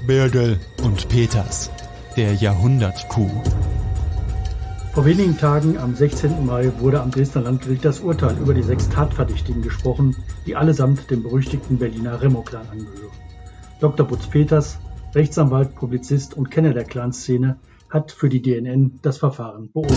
Birgel und Peters, der Jahrhundert-Coup. Vor wenigen Tagen, am 16. Mai, wurde am Dresdner Landgericht das Urteil über die 6 Tatverdächtigen gesprochen, die allesamt dem berüchtigten Berliner Remo-Clan angehören. Dr. Butz Peters, Rechtsanwalt, Publizist und Kenner der Clanszene, hat für die DNN das Verfahren beobachtet.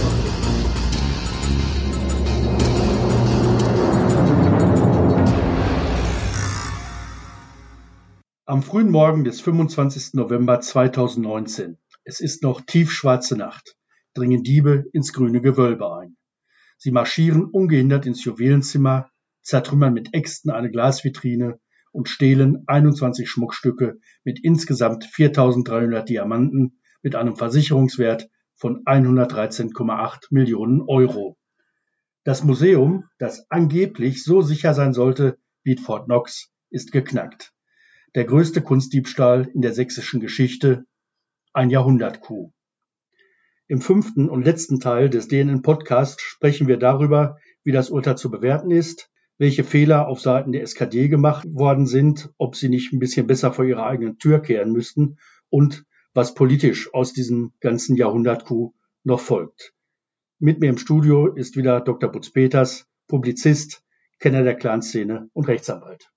Am frühen Morgen des 25. November 2019, es ist noch tiefschwarze Nacht, dringen Diebe ins Grüne Gewölbe ein. Sie marschieren ungehindert ins Juwelenzimmer, zertrümmern mit Äxten eine Glasvitrine und stehlen 21 Schmuckstücke mit insgesamt 4.300 Diamanten mit einem Versicherungswert von 113,8 Millionen Euro. Das Museum, das angeblich so sicher sein sollte wie Fort Knox, ist geknackt. Der größte Kunstdiebstahl in der sächsischen Geschichte, ein Jahrhundert-Coup. Im 5. und letzten Teil des DNN-Podcasts sprechen wir darüber, wie das Urteil zu bewerten ist, welche Fehler auf Seiten der SKD gemacht worden sind, ob sie nicht ein bisschen besser vor ihrer eigenen Tür kehren müssten und was politisch aus diesem ganzen Jahrhundert-Coup noch folgt. Mit mir im Studio ist wieder Dr. Butz Peters, Publizist, Kenner der Clanszene und Rechtsanwalt.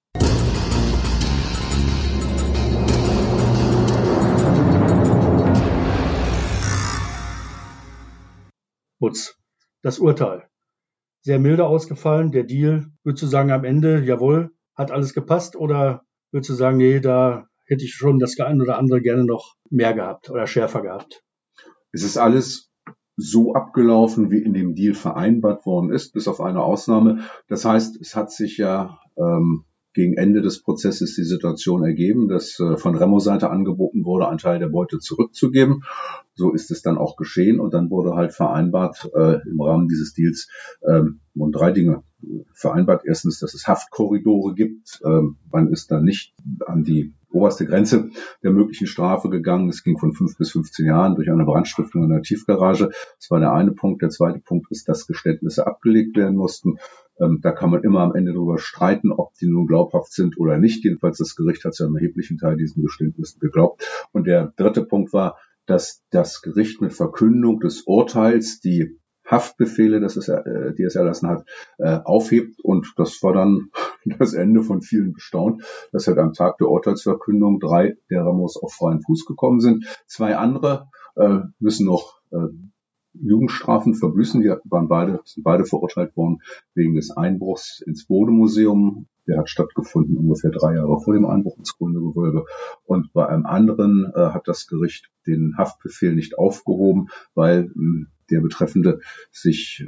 Butz, das Urteil. Sehr milde ausgefallen, der Deal. Würdest du sagen am Ende, jawohl, hat alles gepasst? Oder würdest du sagen, nee, da hätte ich schon das eine oder andere gerne noch mehr gehabt oder schärfer gehabt? Es ist alles so abgelaufen, wie in dem Deal vereinbart worden ist, bis auf eine Ausnahme. Das heißt, es hat sich ja gegen Ende des Prozesses die Situation ergeben, dass von Remo-Seite angeboten wurde, einen Teil der Beute zurückzugeben. So ist es dann auch geschehen und dann wurde halt vereinbart im Rahmen dieses Deals wurden 3 Dinge vereinbart. Erstens, dass es Haftkorridore gibt. Man ist dann nicht an die oberste Grenze der möglichen Strafe gegangen. Es ging von 5 bis 15 Jahren durch eine Brandstiftung in einer Tiefgarage. Das war der eine Punkt. Der zweite Punkt ist, dass Geständnisse abgelegt werden mussten. Da kann man immer am Ende darüber streiten, ob die nun glaubhaft sind oder nicht. Jedenfalls das Gericht hat zu einem erheblichen Teil diesen Geständnissen geglaubt. Und der dritte Punkt war, dass das Gericht mit Verkündung des Urteils die Haftbefehle, die es erlassen hat, aufhebt. Und das war dann das Ende von vielen bestaunt, dass halt am Tag der Urteilsverkündung 3 der Remos auf freien Fuß gekommen sind. 2 andere müssen noch Jugendstrafen verbüßen. Die sind beide verurteilt worden wegen des Einbruchs ins Bode-Museum. Der hat stattgefunden ungefähr 3 Jahre vor dem Einbruch ins Grüne Gewölbe. Und bei einem anderen hat das Gericht den Haftbefehl nicht aufgehoben, weil der Betreffende sich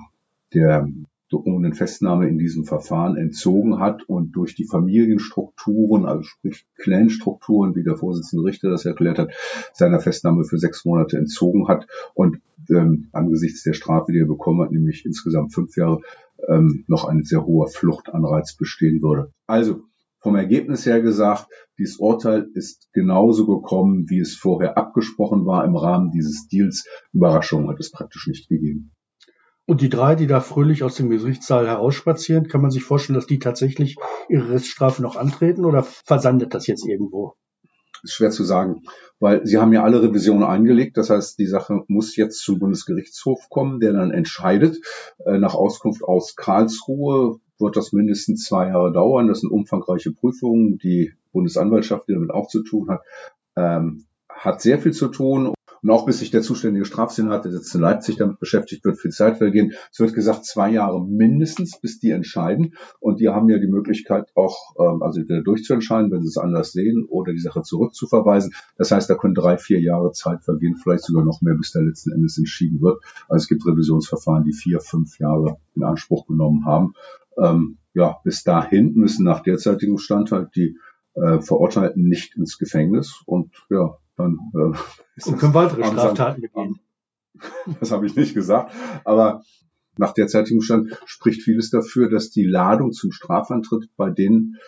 der drohenden Festnahme in diesem Verfahren entzogen hat und durch die Familienstrukturen, also sprich Clanstrukturen, wie der Vorsitzende Richter das erklärt hat, seiner Festnahme für 6 Monate entzogen hat und angesichts der Strafe, die er bekommen hat, nämlich insgesamt 5 Jahre, noch ein sehr hoher Fluchtanreiz bestehen würde. Also vom Ergebnis her gesagt, dieses Urteil ist genauso gekommen, wie es vorher abgesprochen war im Rahmen dieses Deals. Überraschung hat es praktisch nicht gegeben. Und die 3, die da fröhlich aus dem Gerichtssaal herausspazieren, kann man sich vorstellen, dass die tatsächlich ihre Reststrafe noch antreten oder versandet das jetzt irgendwo? Ist schwer zu sagen, weil sie haben ja alle Revisionen eingelegt. Das heißt, die Sache muss jetzt zum Bundesgerichtshof kommen, der dann entscheidet. Nach Auskunft aus Karlsruhe wird das mindestens 2 Jahre dauern. Das sind umfangreiche Prüfungen. Die Bundesanwaltschaft, die damit auch zu tun hat, hat sehr viel zu tun. Und auch bis sich der zuständige Strafsenat, der sitzt in Leipzig, damit beschäftigt wird, viel Zeit vergehen. Es wird gesagt, 2 Jahre mindestens, bis die entscheiden. Und die haben ja die Möglichkeit auch, also entweder durchzuentscheiden, wenn sie es anders sehen, oder die Sache zurückzuverweisen. Das heißt, da können 3, 4 Jahre Zeit vergehen, vielleicht sogar noch mehr, bis da letzten Endes entschieden wird. Also es gibt Revisionsverfahren, die 4, 5 Jahre in Anspruch genommen haben. Bis dahin müssen nach derzeitigem Stand halt die Verurteilten nicht ins Gefängnis und dann und können weitere Straftaten begehen. Das habe ich nicht gesagt, aber nach derzeitigem Stand spricht vieles dafür, dass die Ladung zum Strafantritt bei denen,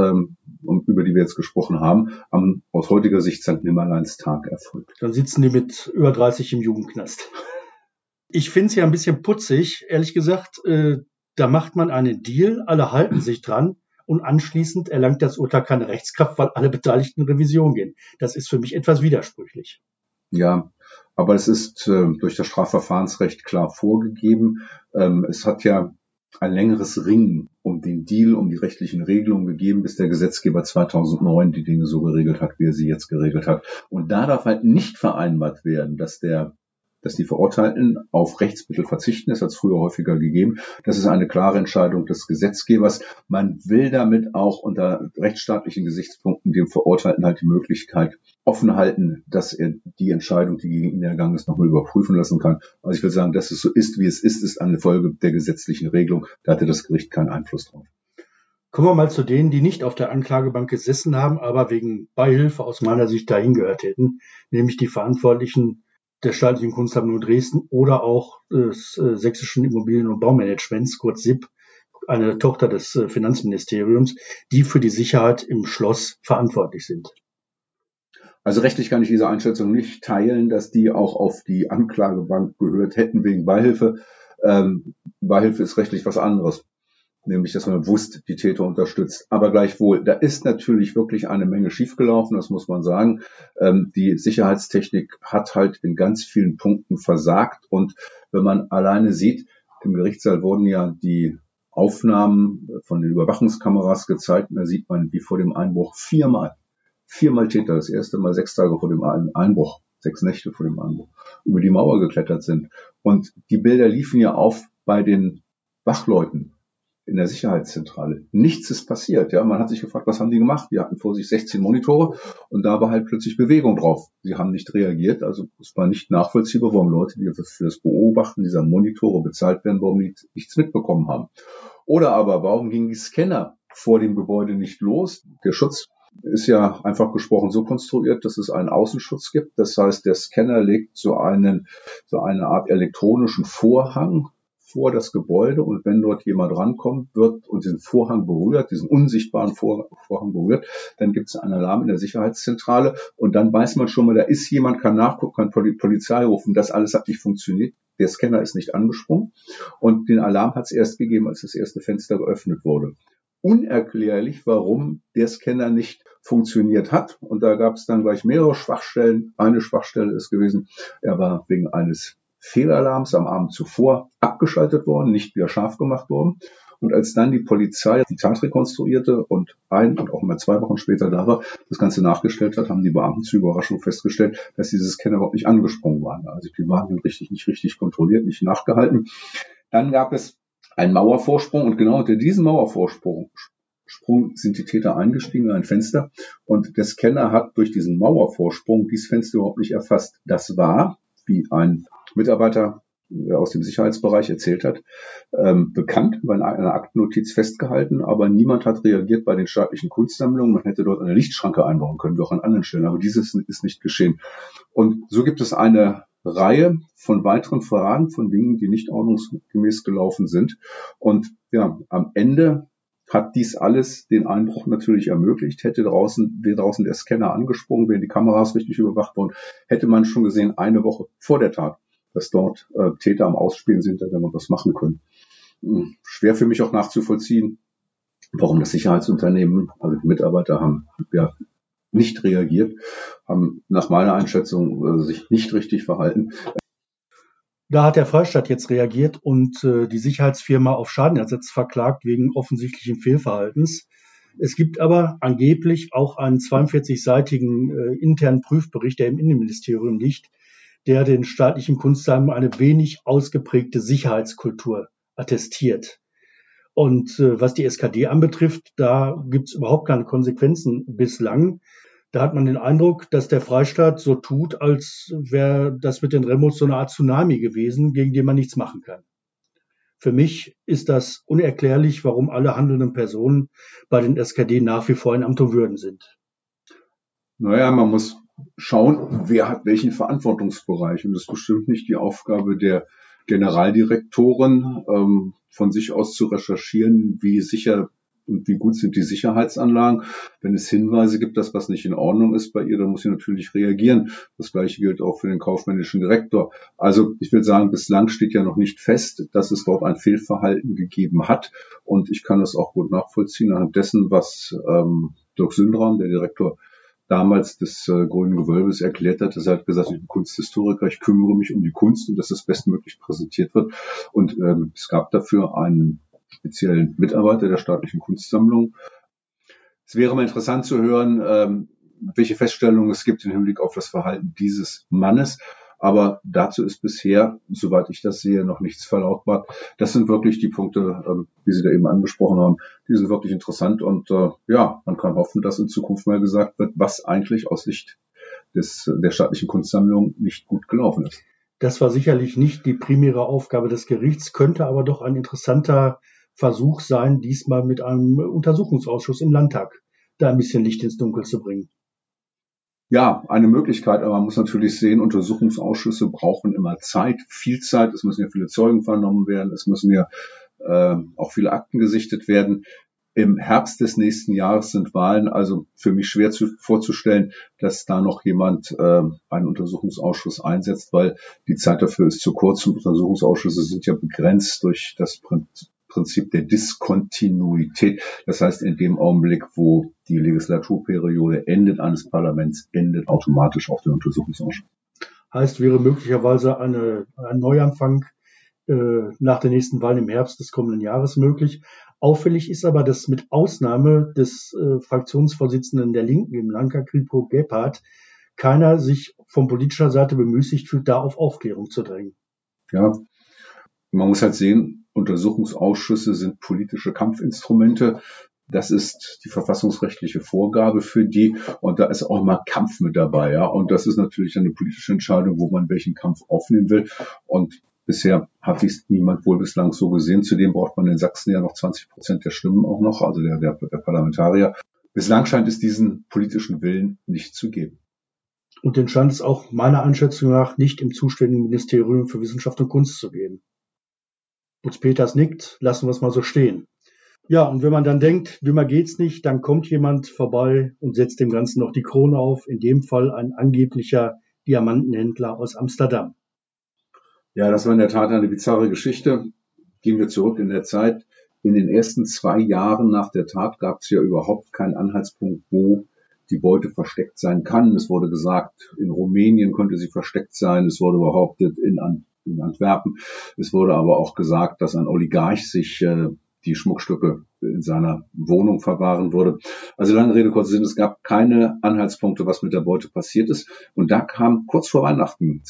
über die wir jetzt gesprochen haben, am aus heutiger Sicht St. Nimmerleinstag erfolgt. Dann sitzen die mit über 30 im Jugendknast. Ich finde es ja ein bisschen putzig, ehrlich gesagt. Da macht man einen Deal, alle halten sich dran und anschließend erlangt das Urteil keine Rechtskraft, weil alle Beteiligten in Revision gehen. Das ist für mich etwas widersprüchlich. Ja, aber es ist durch das Strafverfahrensrecht klar vorgegeben. Es hat ja ein längeres Ringen um den Deal, um die rechtlichen Regelungen gegeben, bis der Gesetzgeber 2009 die Dinge so geregelt hat, wie er sie jetzt geregelt hat. Und da darf halt nicht vereinbart werden, dass die Verurteilten auf Rechtsmittel verzichten. Das hat es früher häufiger gegeben. Das ist eine klare Entscheidung des Gesetzgebers. Man will damit auch unter rechtsstaatlichen Gesichtspunkten dem Verurteilten halt die Möglichkeit offen halten, dass er die Entscheidung, die gegen ihn ergangen ist, nochmal überprüfen lassen kann. Also ich will sagen, dass es so ist, wie es ist eine Folge der gesetzlichen Regelung. Da hatte das Gericht keinen Einfluss drauf. Kommen wir mal zu denen, die nicht auf der Anklagebank gesessen haben, aber wegen Beihilfe aus meiner Sicht dahin gehört hätten, nämlich die Verantwortlichen der Staatlichen Kunstsammlung Dresden oder auch des Sächsischen Immobilien- und Baumanagements, kurz SIP, eine Tochter des Finanzministeriums, die für die Sicherheit im Schloss verantwortlich sind. Also rechtlich kann ich diese Einschätzung nicht teilen, dass die auch auf die Anklagebank gehört hätten wegen Beihilfe. Beihilfe ist rechtlich was anderes, nämlich dass man bewusst die Täter unterstützt. Aber gleichwohl, da ist natürlich wirklich eine Menge schiefgelaufen, das muss man sagen. Die Sicherheitstechnik hat halt in ganz vielen Punkten versagt. Und wenn man alleine sieht, im Gerichtssaal wurden ja die Aufnahmen von den Überwachungskameras gezeigt. Und da sieht man, wie vor dem Einbruch viermal Täter, das erste Mal 6 Tage vor dem Einbruch, 6 Nächte vor dem Einbruch, über die Mauer geklettert sind. Und die Bilder liefen ja auf bei den Wachleuten in der Sicherheitszentrale. Nichts ist passiert. Ja, man hat sich gefragt, was haben die gemacht? Die hatten vor sich 16 Monitore und da war halt plötzlich Bewegung drauf. Sie haben nicht reagiert, also es war nicht nachvollziehbar, warum Leute, die für das Beobachten dieser Monitore bezahlt werden, warum die nichts mitbekommen haben. Oder aber, warum gingen die Scanner vor dem Gebäude nicht los? Der Schutz ist ja einfach gesprochen so konstruiert, dass es einen Außenschutz gibt. Das heißt, der Scanner legt so eine Art elektronischen Vorhang vor das Gebäude und wenn dort jemand rankommt, wird und diesen Vorhang berührt, diesen unsichtbaren Vorhang berührt, dann gibt es einen Alarm in der Sicherheitszentrale und dann weiß man schon mal, da ist jemand, kann nachgucken, kann Polizei rufen, das alles hat nicht funktioniert. Der Scanner ist nicht angesprungen und den Alarm hat es erst gegeben, als das erste Fenster geöffnet wurde. Unerklärlich, warum der Scanner nicht funktioniert hat. Und da gab es dann gleich mehrere Schwachstellen. Eine Schwachstelle ist gewesen, er war wegen eines Fehlalarms am Abend zuvor abgeschaltet worden, nicht wieder scharf gemacht worden. Und als dann die Polizei die Tat rekonstruierte und auch mal 2 Wochen später da war, das Ganze nachgestellt hat, haben die Beamten zur Überraschung festgestellt, dass diese Scanner überhaupt nicht angesprungen waren. Also die waren nicht richtig kontrolliert, nicht nachgehalten. Dann gab es einen Mauervorsprung und genau unter diesem Mauervorsprung sind die Täter eingestiegen in ein Fenster und der Scanner hat durch diesen Mauervorsprung dieses Fenster überhaupt nicht erfasst. Das war, wie ein Mitarbeiter aus dem Sicherheitsbereich erzählt hat, bekannt, bei einer Aktennotiz festgehalten, aber niemand hat reagiert bei den staatlichen Kunstsammlungen. Man hätte dort eine Lichtschranke einbauen können, wie auch an anderen Stellen, aber dieses ist nicht geschehen. Und so gibt es eine Reihe von weiteren Verraten von Dingen, die nicht ordnungsgemäß gelaufen sind. Und ja, am Ende hat dies alles den Einbruch natürlich ermöglicht. Wäre draußen der Scanner angesprungen, wären die Kameras richtig überwacht worden, hätte man schon gesehen, eine Woche vor der Tat, dass dort Täter am Ausspielen sind, da hätte man was machen können. Schwer für mich auch nachzuvollziehen, warum das Sicherheitsunternehmen, also die Mitarbeiter haben ja nicht reagiert, haben nach meiner Einschätzung sich nicht richtig verhalten. Da hat der Freistaat jetzt reagiert und die Sicherheitsfirma auf Schadenersatz verklagt wegen offensichtlichen Fehlverhaltens. Es gibt aber angeblich auch einen 42-seitigen internen Prüfbericht, der im Innenministerium liegt, der den staatlichen Kunstsammlungen eine wenig ausgeprägte Sicherheitskultur attestiert. Und was die SKD anbetrifft, da gibt es überhaupt keine Konsequenzen bislang. Da hat man den Eindruck, dass der Freistaat so tut, als wäre das mit den Remos so eine Art Tsunami gewesen, gegen den man nichts machen kann. Für mich ist das unerklärlich, warum alle handelnden Personen bei den SKD nach wie vor in Amt und Würden sind. Naja, man muss schauen, wer hat welchen Verantwortungsbereich. Und das ist bestimmt nicht die Aufgabe der Generaldirektoren, von sich aus zu recherchieren, wie sicher und wie gut sind die Sicherheitsanlagen. Wenn es Hinweise gibt, dass was nicht in Ordnung ist bei ihr, dann muss sie natürlich reagieren. Das Gleiche gilt auch für den kaufmännischen Direktor. Also ich will sagen, bislang steht ja noch nicht fest, dass es dort ein Fehlverhalten gegeben hat. Und ich kann das auch gut nachvollziehen anhand dessen, was Dirk Sündrahm, der Direktor damals des Grünen Gewölbes, erklärt hat. Er hat gesagt, ich bin Kunsthistoriker, ich kümmere mich um die Kunst und dass das bestmöglich präsentiert wird. Und es gab dafür einen speziellen Mitarbeiter der staatlichen Kunstsammlung. Es wäre mal interessant zu hören, welche Feststellungen es gibt im Hinblick auf das Verhalten dieses Mannes. Aber dazu ist bisher, soweit ich das sehe, noch nichts verlautbart. Das sind wirklich die Punkte, die Sie da eben angesprochen haben. Die sind wirklich interessant und man kann hoffen, dass in Zukunft mal gesagt wird, was eigentlich aus Sicht der staatlichen Kunstsammlung nicht gut gelaufen ist. Das war sicherlich nicht die primäre Aufgabe des Gerichts, könnte aber doch ein interessanter Versuch sein, diesmal mit einem Untersuchungsausschuss im Landtag da ein bisschen Licht ins Dunkel zu bringen. Ja, eine Möglichkeit, aber man muss natürlich sehen, Untersuchungsausschüsse brauchen immer Zeit, viel Zeit. Es müssen ja viele Zeugen vernommen werden, es müssen ja auch viele Akten gesichtet werden. Im Herbst des nächsten Jahres sind Wahlen, also für mich schwer vorzustellen, dass da noch jemand einen Untersuchungsausschuss einsetzt, weil die Zeit dafür ist zu kurz und Untersuchungsausschüsse sind ja begrenzt durch das Prinzip der Diskontinuität. Das heißt, in dem Augenblick, wo die Legislaturperiode endet eines Parlaments, endet automatisch auch der Untersuchungsausschuss. Heißt, wäre möglicherweise ein Neuanfang nach der nächsten Wahl im Herbst des kommenden Jahres möglich. Auffällig ist aber, dass mit Ausnahme des Fraktionsvorsitzenden der Linken im Landtag, Kripo Gebhardt, keiner sich von politischer Seite bemüßigt fühlt, da auf Aufklärung zu drängen. Ja, man muss halt sehen, Untersuchungsausschüsse sind politische Kampfinstrumente. Das ist die verfassungsrechtliche Vorgabe für die. Und da ist auch mal Kampf mit dabei. Ja. Und das ist natürlich eine politische Entscheidung, wo man welchen Kampf aufnehmen will. Und bisher hat dies niemand wohl bislang so gesehen. Zudem braucht man in Sachsen ja noch 20% der Stimmen auch noch, also der Parlamentarier. Bislang scheint es diesen politischen Willen nicht zu geben. Und den scheint es auch meiner Einschätzung nach nicht im zuständigen Ministerium für Wissenschaft und Kunst zu geben. Butz Peters nickt, lassen wir es mal so stehen. Ja, und wenn man dann denkt, dümmer geht's nicht, dann kommt jemand vorbei und setzt dem Ganzen noch die Krone auf, in dem Fall ein angeblicher Diamantenhändler aus Amsterdam. Ja, das war in der Tat eine bizarre Geschichte. Gehen wir zurück in der Zeit. In den ersten 2 Jahren nach der Tat gab es ja überhaupt keinen Anhaltspunkt, wo die Beute versteckt sein kann. Es wurde gesagt, in Rumänien könnte sie versteckt sein. Es wurde behauptet, in Antwerpen. Es wurde aber auch gesagt, dass ein Oligarch sich die Schmuckstücke in seiner Wohnung verwahren würde. Also lange Rede, kurzer Sinn, es gab keine Anhaltspunkte, was mit der Beute passiert ist. Und da kam kurz vor Weihnachten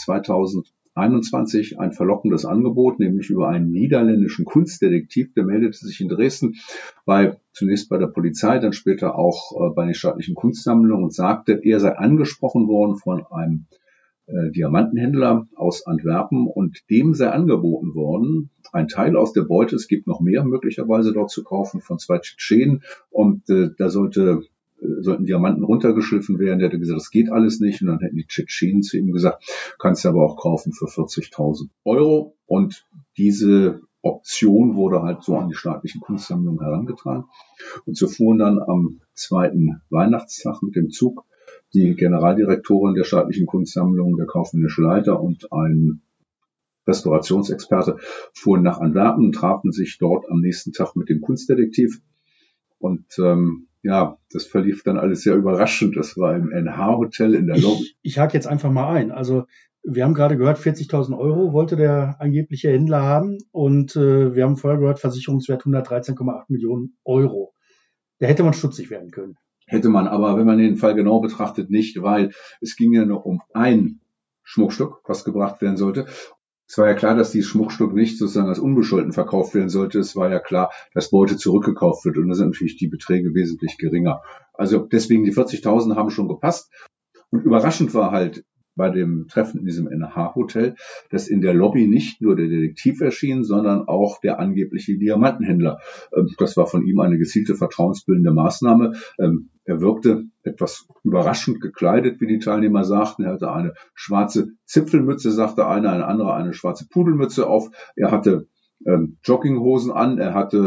2021 ein verlockendes Angebot, nämlich über einen niederländischen Kunstdetektiv, der meldete sich in Dresden, zunächst bei der Polizei, dann später auch bei den staatlichen Kunstsammlungen und sagte, er sei angesprochen worden von einem Diamantenhändler aus Antwerpen und dem sei angeboten worden, ein Teil aus der Beute, es gibt noch mehr möglicherweise dort zu kaufen, von 2 Tschetschenen und da sollten Diamanten runtergeschliffen werden. Der hätte gesagt, das geht alles nicht und dann hätten die Tschetschenen zu ihm gesagt, kannst du aber auch kaufen für 40.000 Euro und diese Option wurde halt so an die staatlichen Kunstsammlungen herangetragen und so fuhren dann am 2. Weihnachtstag mit dem Zug die Generaldirektorin der staatlichen Kunstsammlung, der kaufmännische Leiter und ein Restaurationsexperte fuhren nach Antwerpen und trafen sich dort am nächsten Tag mit dem Kunstdetektiv. Und das verlief dann alles sehr überraschend. Das war im NH-Hotel in der Lobby. Ich hake jetzt einfach mal ein. Also wir haben gerade gehört, 40.000 Euro wollte der angebliche Händler haben. Und wir haben vorher gehört, Versicherungswert 113,8 Millionen Euro. Da hätte man stutzig werden können. Hätte man, aber wenn man den Fall genau betrachtet, nicht, weil es ging ja nur um ein Schmuckstück, was gebracht werden sollte. Es war ja klar, dass dieses Schmuckstück nicht sozusagen als unbescholten verkauft werden sollte. Es war ja klar, dass Beute zurückgekauft wird und da sind natürlich die Beträge wesentlich geringer. Also deswegen die 40.000 haben schon gepasst. Und überraschend war halt bei dem Treffen in diesem NH-Hotel, dass in der Lobby nicht nur der Detektiv erschien, sondern auch der angebliche Diamantenhändler. Das war von ihm eine gezielte vertrauensbildende Maßnahme. Er wirkte etwas überraschend gekleidet, wie die Teilnehmer sagten. Er hatte eine schwarze Zipfelmütze, sagte eine andere eine schwarze Pudelmütze auf. Er hatte Jogginghosen an, er hatte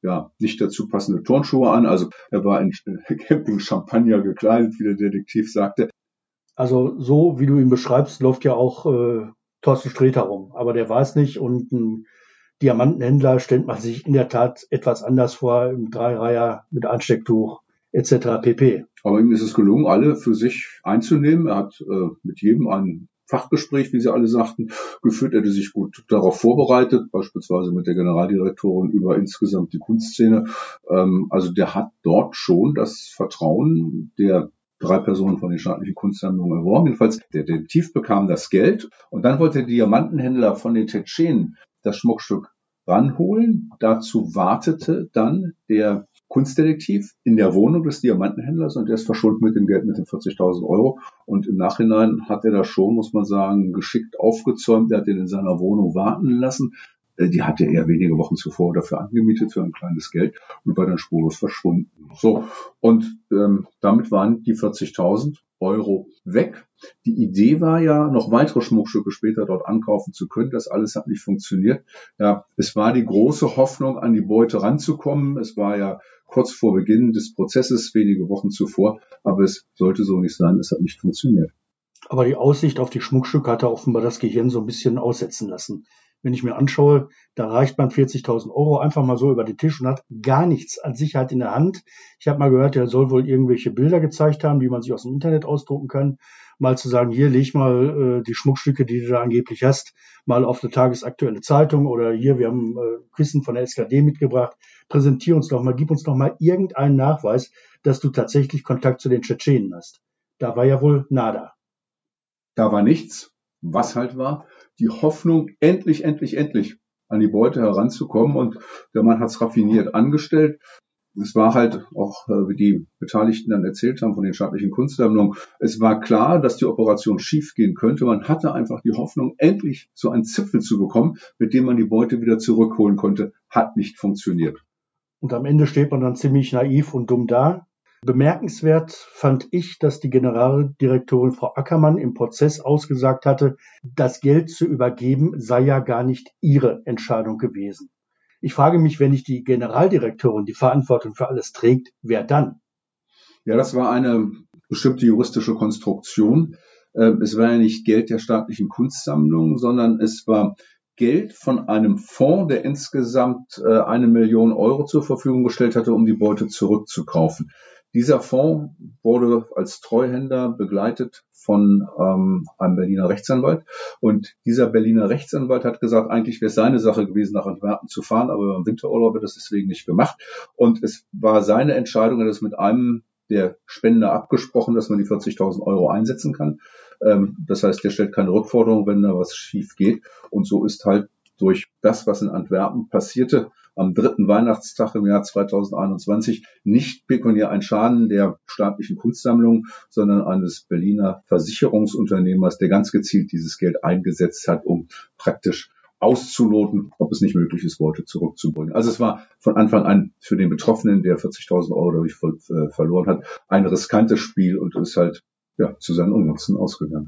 nicht dazu passende Turnschuhe an. Also er war in Camping-Champagner gekleidet, wie der Detektiv sagte. Also so, wie du ihn beschreibst, läuft ja auch Thorsten Sträter rum. Aber der war es nicht. Und ein Diamantenhändler stellt man sich in der Tat etwas anders vor, im Dreireiher mit Einstecktuch etc. pp. Aber ihm ist es gelungen, alle für sich einzunehmen. Er hat mit jedem ein Fachgespräch, wie sie alle sagten, geführt. Er hatte sich gut darauf vorbereitet, beispielsweise mit der Generaldirektorin über insgesamt die Kunstszene. Also der hat dort schon das Vertrauen der 3 Personen von den staatlichen Kunstsammlungen erworben. Jedenfalls der Detektiv bekam das Geld und dann wollte der Diamantenhändler von den Tschetschenen das Schmuckstück ranholen. Dazu wartete dann der Kunstdetektiv in der Wohnung des Diamantenhändlers und der ist verschwunden mit dem Geld, mit den 40.000 Euro. Und im Nachhinein hat er das schon, muss man sagen, geschickt aufgezäumt. Er hat ihn in seiner Wohnung warten lassen. Die hatte er wenige Wochen zuvor dafür angemietet für ein kleines Geld und war dann spurlos verschwunden. So, und damit waren die 40.000 Euro weg. Die Idee war ja, noch weitere Schmuckstücke später dort ankaufen zu können. Das alles hat nicht funktioniert. Ja, es war die große Hoffnung, an die Beute ranzukommen. Es war ja kurz vor Beginn des Prozesses, wenige Wochen zuvor, aber es sollte so nicht sein. Es hat nicht funktioniert. Aber die Aussicht auf die Schmuckstücke hat er offenbar das Gehirn so ein bisschen aussetzen lassen. Wenn ich mir anschaue, da reicht man 40.000 Euro einfach mal so über den Tisch und hat gar nichts an Sicherheit in der Hand. Ich habe mal gehört, er soll wohl irgendwelche Bilder gezeigt haben, die man sich aus dem Internet ausdrucken kann. Mal zu sagen, hier, leg mal die Schmuckstücke, die du da angeblich hast, mal auf eine tagesaktuelle Zeitung oder hier, wir haben Quissen von der SKD mitgebracht. Präsentier uns doch mal, gib uns doch mal irgendeinen Nachweis, dass du tatsächlich Kontakt zu den Tschetschenen hast. Da war ja wohl nada. Da war nichts. Was halt war, die Hoffnung, endlich an die Beute heranzukommen. Und der Mann hat es raffiniert angestellt. Es war halt auch, wie die Beteiligten dann erzählt haben von den staatlichen Kunstsammlungen, es war klar, dass die Operation schiefgehen könnte. Man hatte einfach die Hoffnung, endlich so einen Zipfel zu bekommen, mit dem man die Beute wieder zurückholen konnte. Hat nicht funktioniert. Und am Ende steht man dann ziemlich naiv und dumm da. Bemerkenswert fand ich, dass die Generaldirektorin Frau Ackermann im Prozess ausgesagt hatte, das Geld zu übergeben sei ja gar nicht ihre Entscheidung gewesen. Ich frage mich, wenn nicht die Generaldirektorin die Verantwortung für alles trägt, wer dann? Ja, das war eine bestimmte juristische Konstruktion. Es war ja nicht Geld der staatlichen Kunstsammlung, sondern es war Geld von einem Fonds, der insgesamt 1 Million Euro zur Verfügung gestellt hatte, um die Beute zurückzukaufen. Dieser Fonds wurde als Treuhänder begleitet von einem Berliner Rechtsanwalt. Und dieser Berliner Rechtsanwalt hat gesagt, eigentlich wäre es seine Sache gewesen, nach Antwerpen zu fahren, aber im Winterurlaub wird das deswegen nicht gemacht. Und es war seine Entscheidung, er hat es mit einem der Spender abgesprochen, dass man die 40.000 Euro einsetzen kann. Das heißt, der stellt keine Rückforderung, wenn da was schief geht. Und so ist halt durch das, was in Antwerpen passierte, am 3. Weihnachtstag im Jahr 2021 nicht pekuniär ein Schaden der staatlichen Kunstsammlung, sondern eines Berliner Versicherungsunternehmers, der ganz gezielt dieses Geld eingesetzt hat, um praktisch auszuloten, ob es nicht möglich ist, Beute zurückzubringen. Also es war von Anfang an für den Betroffenen, der 40.000 Euro dadurch verloren hat, ein riskantes Spiel und ist halt zu seinen Unnutzen ausgegangen.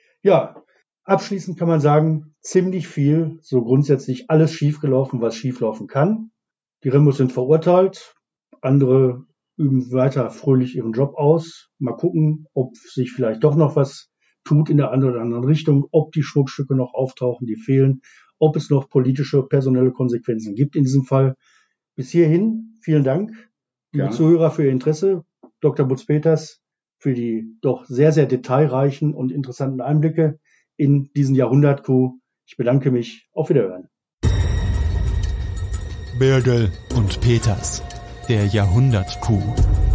Ja, abschließend kann man sagen, ziemlich viel, so grundsätzlich alles schiefgelaufen, was schieflaufen kann. Die Rembos sind verurteilt, andere üben weiter fröhlich ihren Job aus. Mal gucken, ob sich vielleicht doch noch was tut in der einen oder anderen Richtung, ob die Schmuckstücke noch auftauchen, die fehlen, ob es noch politische, personelle Konsequenzen gibt in diesem Fall. Bis hierhin, vielen Dank, liebe Zuhörer, für Ihr Interesse. Dr. Butz-Peters für die doch sehr, sehr detailreichen und interessanten Einblicke in diesen Jahrhundert-Coup. Ich bedanke mich. Auf Wiederhören. Birgel und Peters, der Jahrhundert-Coup.